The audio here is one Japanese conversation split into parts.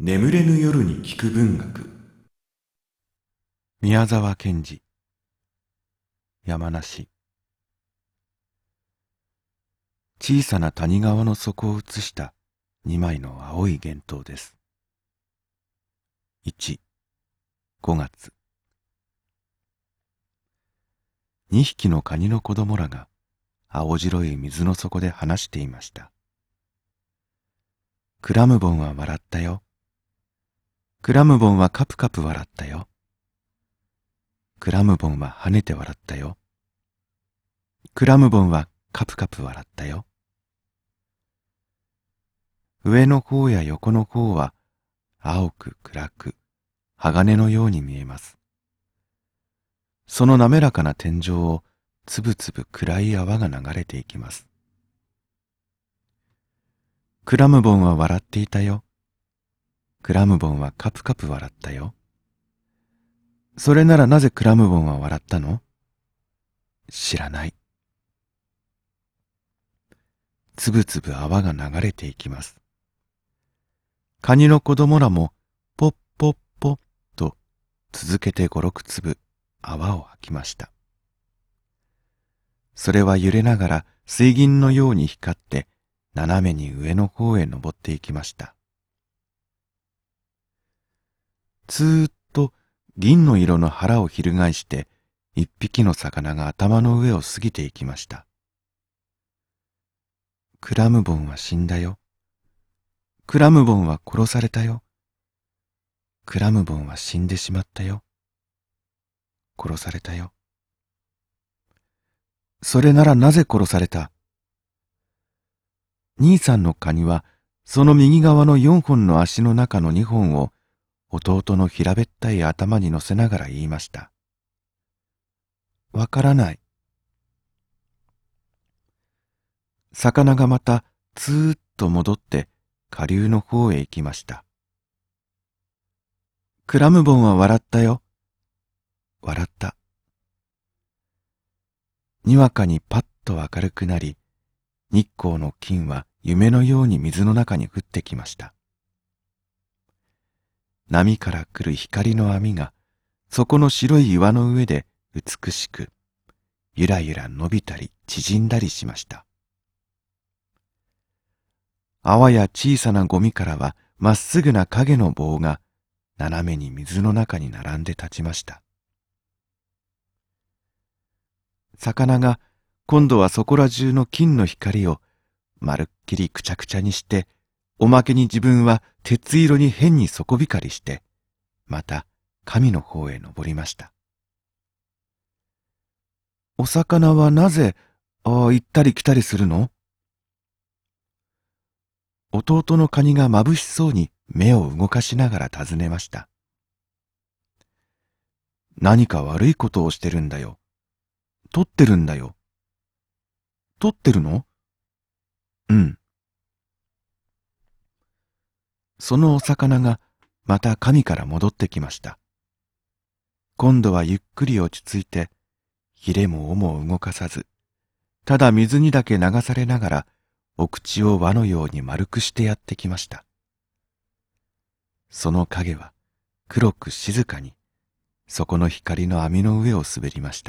眠れぬ夜に聞く文学。 宮沢賢治。山梨。小さな谷川の底を映した2枚の青い幻灯です。1、5月。2匹のカニの子供らが青白い水の底で話していました。クラムボンは笑ったよ。クラムボンはカプカプ笑ったよ。クラムボンは跳ねて笑ったよ。クラムボンはカプカプ笑ったよ。上の方や横の方は青く暗く鋼のように見えます。その滑らかな天井をつぶつぶ暗い泡が流れていきます。クラムボンは笑っていたよ。クラムボンはカプカプ笑ったよ。それならなぜクラムボンは笑ったの？知らない。つぶつぶ泡が流れていきます。カニの子供らもポッポッポッと続けて5、6粒泡を吐きました。それは揺れながら水銀のように光って斜めに上の方へ登っていきました。つーっと銀の色の腹を翻して一匹の魚が頭の上を過ぎていきました。クラムボンは死んだよ。クラムボンは殺されたよ。クラムボンは死んでしまったよ。殺されたよ。それならなぜ殺された？兄さんのカニはその右側の4本の足の中の2本を弟の平べったい頭に乗せながら言いました。わからない。魚がまたつーっと戻って下流の方へ行きました。クラムボンは笑ったよ。笑った。にわかにパッと明るくなり、日光の金は夢のように水の中に降ってきました。波から来る光の網がそこの白い岩の上で美しくゆらゆら伸びたり縮んだりしました。泡や小さなゴミからはまっすぐな影の棒が斜めに水の中に並んで立ちました。魚が今度はそこら中の金の光をまるっきりくちゃくちゃにして、おまけに自分は鉄色に変に底光りして、また神の方へ登りました。お魚はなぜ行ったり来たりするの？弟のカニがまぶしそうに目を動かしながら尋ねました。何か悪いことをしてるんだよ。取ってるんだよ。取ってるの？うん。そのお魚がまた神から戻ってきました。今度はゆっくり落ち着いて、ひれも尾も動かさず、ただ水にだけ流されながら、お口を輪のように丸くしてやってきました。その影は黒く静かに、そこの光の網の上を滑りました。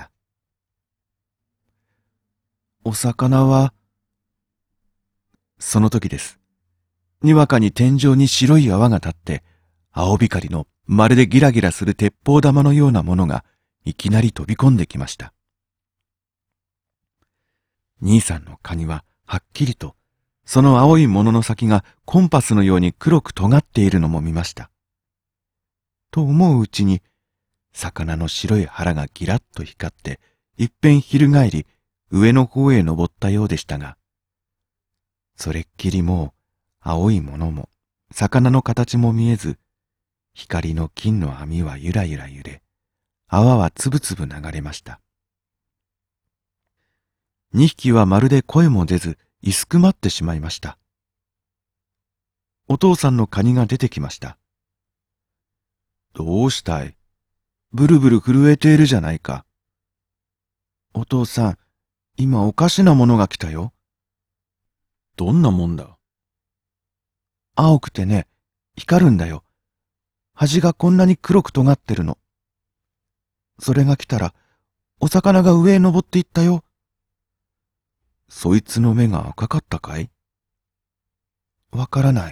お魚は、その時です。にわかに天井に白い泡が立って、青光のまるでギラギラする鉄砲玉のようなものがいきなり飛び込んできました。兄さんのカニははっきりと、その青いものの先がコンパスのように黒く尖っているのも見ました。と思ううちに、魚の白い腹がギラッと光って、いっぺん翻り、上の方へ登ったようでしたが、それっきりもう、青いものも、魚の形も見えず、光の金の網はゆらゆら揺れ、泡はつぶつぶ流れました。2匹はまるで声も出ず、いすくまってしまいました。お父さんのカニが出てきました。どうしたい？ブルブル震えているじゃないか。お父さん、今おかしなものが来たよ。どんなもんだ？青くてね、 光るんだよ。端がこんなに黒く尖ってるの。それが来たら、お魚が上へ登っていったよ。そいつの目が赤かったかい？わからない。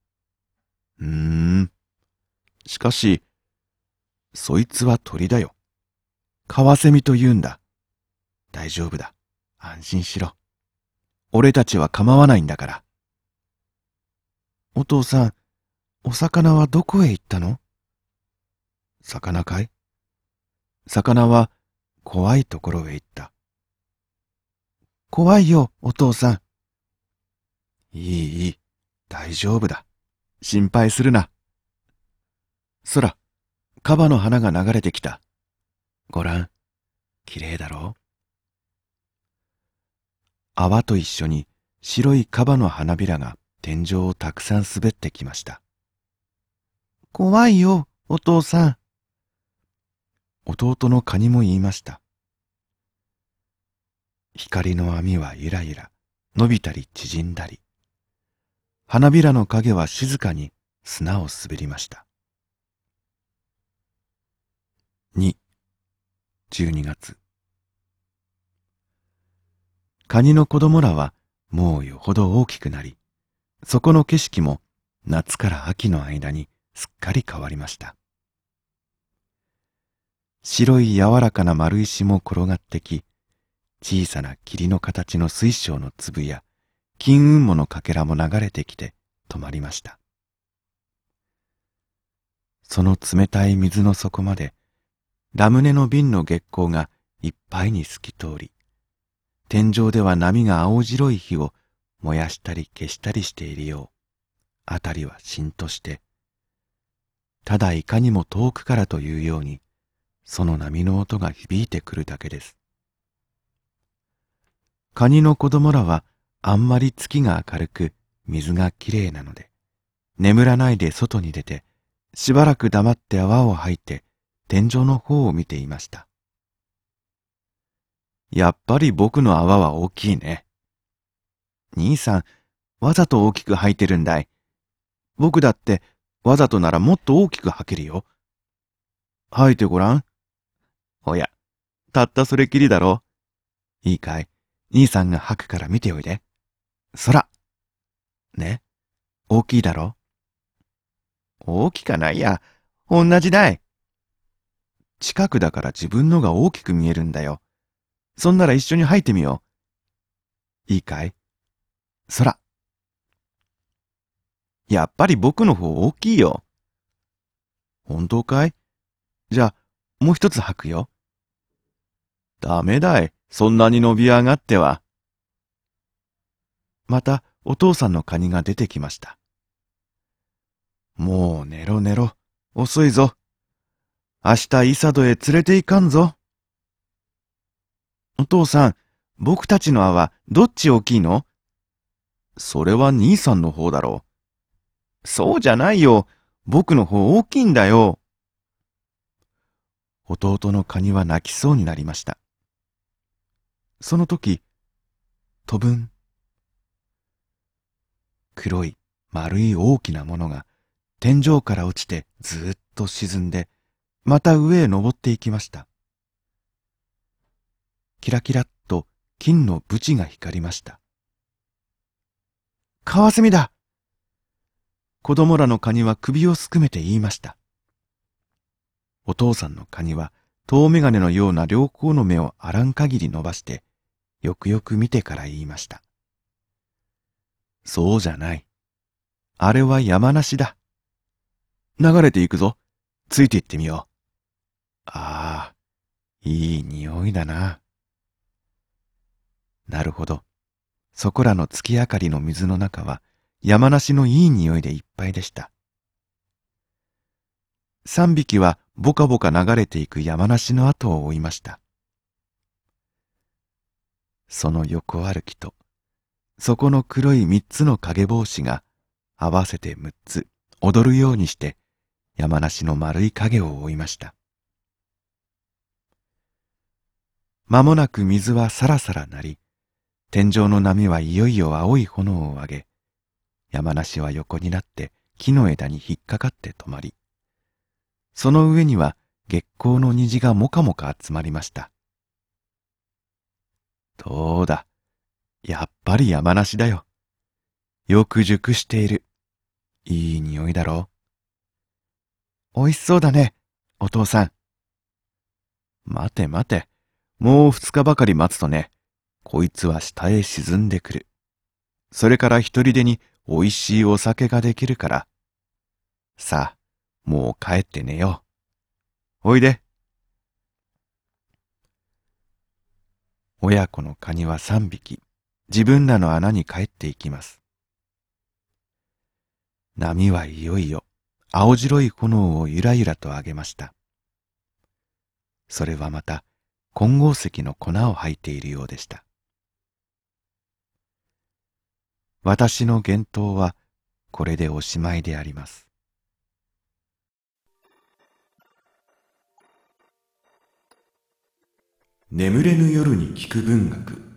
しかし、そいつは鳥だよ。カワセミと言うんだ。大丈夫だ。安心しろ。俺たちは構わないんだから。お父さん、お魚はどこへ行ったの？魚かい？魚は怖いところへ行った。怖いよ、お父さん。いい、大丈夫だ。心配するな。空、カバの花が流れてきた。ごらん、きれいだろう？泡と一緒に白いカバの花びらが天井をたくさん滑ってきました。怖いよ、お父さん。弟のカニも言いました。光の網はゆらゆら、伸びたり縮んだり。花びらの影は静かに砂を滑りました。2、12月。カニの子供らはもうよほど大きくなり、そこの景色も夏から秋の間にすっかり変わりました。白い柔らかな丸石も転がってき、小さな霧の形の水晶の粒や金雲母のかけらも流れてきて止まりました。その冷たい水の底までラムネの瓶の月光がいっぱいに透き通り、天井では波が青白い火を燃やしたり消したりしているよう、あたりはしんとして、ただいかにも遠くからというように、その波の音が響いてくるだけです。カニの子供らはあんまり月が明るく水がきれいなので、眠らないで外に出て、しばらく黙って泡を吐いて天井の方を見ていました。やっぱり僕の泡は大きいね。兄さん、わざと大きく吐いてるんだい。僕だってわざとならもっと大きく吐けるよ。吐いてごらん。おや、たったそれきりだろ。いいかい、兄さんが吐くから見ておいで。そら。ね、大きいだろ。大きかないや、同じだい。近くだから自分のが大きく見えるんだよ。そんなら一緒に吐いてみよう。いいかい？そら。やっぱり僕の方大きいよ。本当かい？じゃあ、もう一つ吐くよ。ダメだい、そんなに伸び上がっては。またお父さんのカニが出てきました。もう寝ろ寝ろ、遅いぞ。明日イサドへ連れて行かんぞ。お父さん、僕たちの泡、どっち大きいの？それは兄さんの方だろう。そうじゃないよ。僕の方大きいんだよ。弟のカニは泣きそうになりました。その時、とぶん。黒い丸い大きなものが天井から落ちてずっと沈んで、また上へ登っていきました。キラキラっと金のブチが光りました。カワセミだ。子供らのカニは首をすくめて言いました。お父さんのカニは遠眼鏡のような両方の目をあらん限り伸ばして、よくよく見てから言いました。そうじゃない。あれは山梨だ。流れていくぞ。ついて行ってみよう。ああ、いい匂いだな。なるほど。そこらの月明かりの水の中は山梨のいい匂いでいっぱいでした。3匹はボカボカ流れていく山梨の後を追いました。その横歩きと、そこの黒い3つの影帽子が合わせて6つ踊るようにして山梨の丸い影を追いました。間もなく水はさらさら鳴り、天井の波はいよいよ青い炎を上げ、山梨は横になって木の枝に引っかかって止まり、その上には月光の虹がもかもか集まりました。どうだ、やっぱり山梨だよ。よく熟している。いい匂いだろう。おいしそうだね、お父さん。待て待て、もう2日ばかり待つとね、こいつは下へ沈んでくる。それから一人でにおいしいお酒ができるから。さあ、もう帰って寝よう。おいで。親子のカニは3匹、自分らの穴に帰っていきます。波はいよいよ青白い炎をゆらゆらと上げました。それはまた金剛石の粉を吐いているようでした。私の幻冬はこれでおしまいであります。 眠れぬ夜に聞く文学。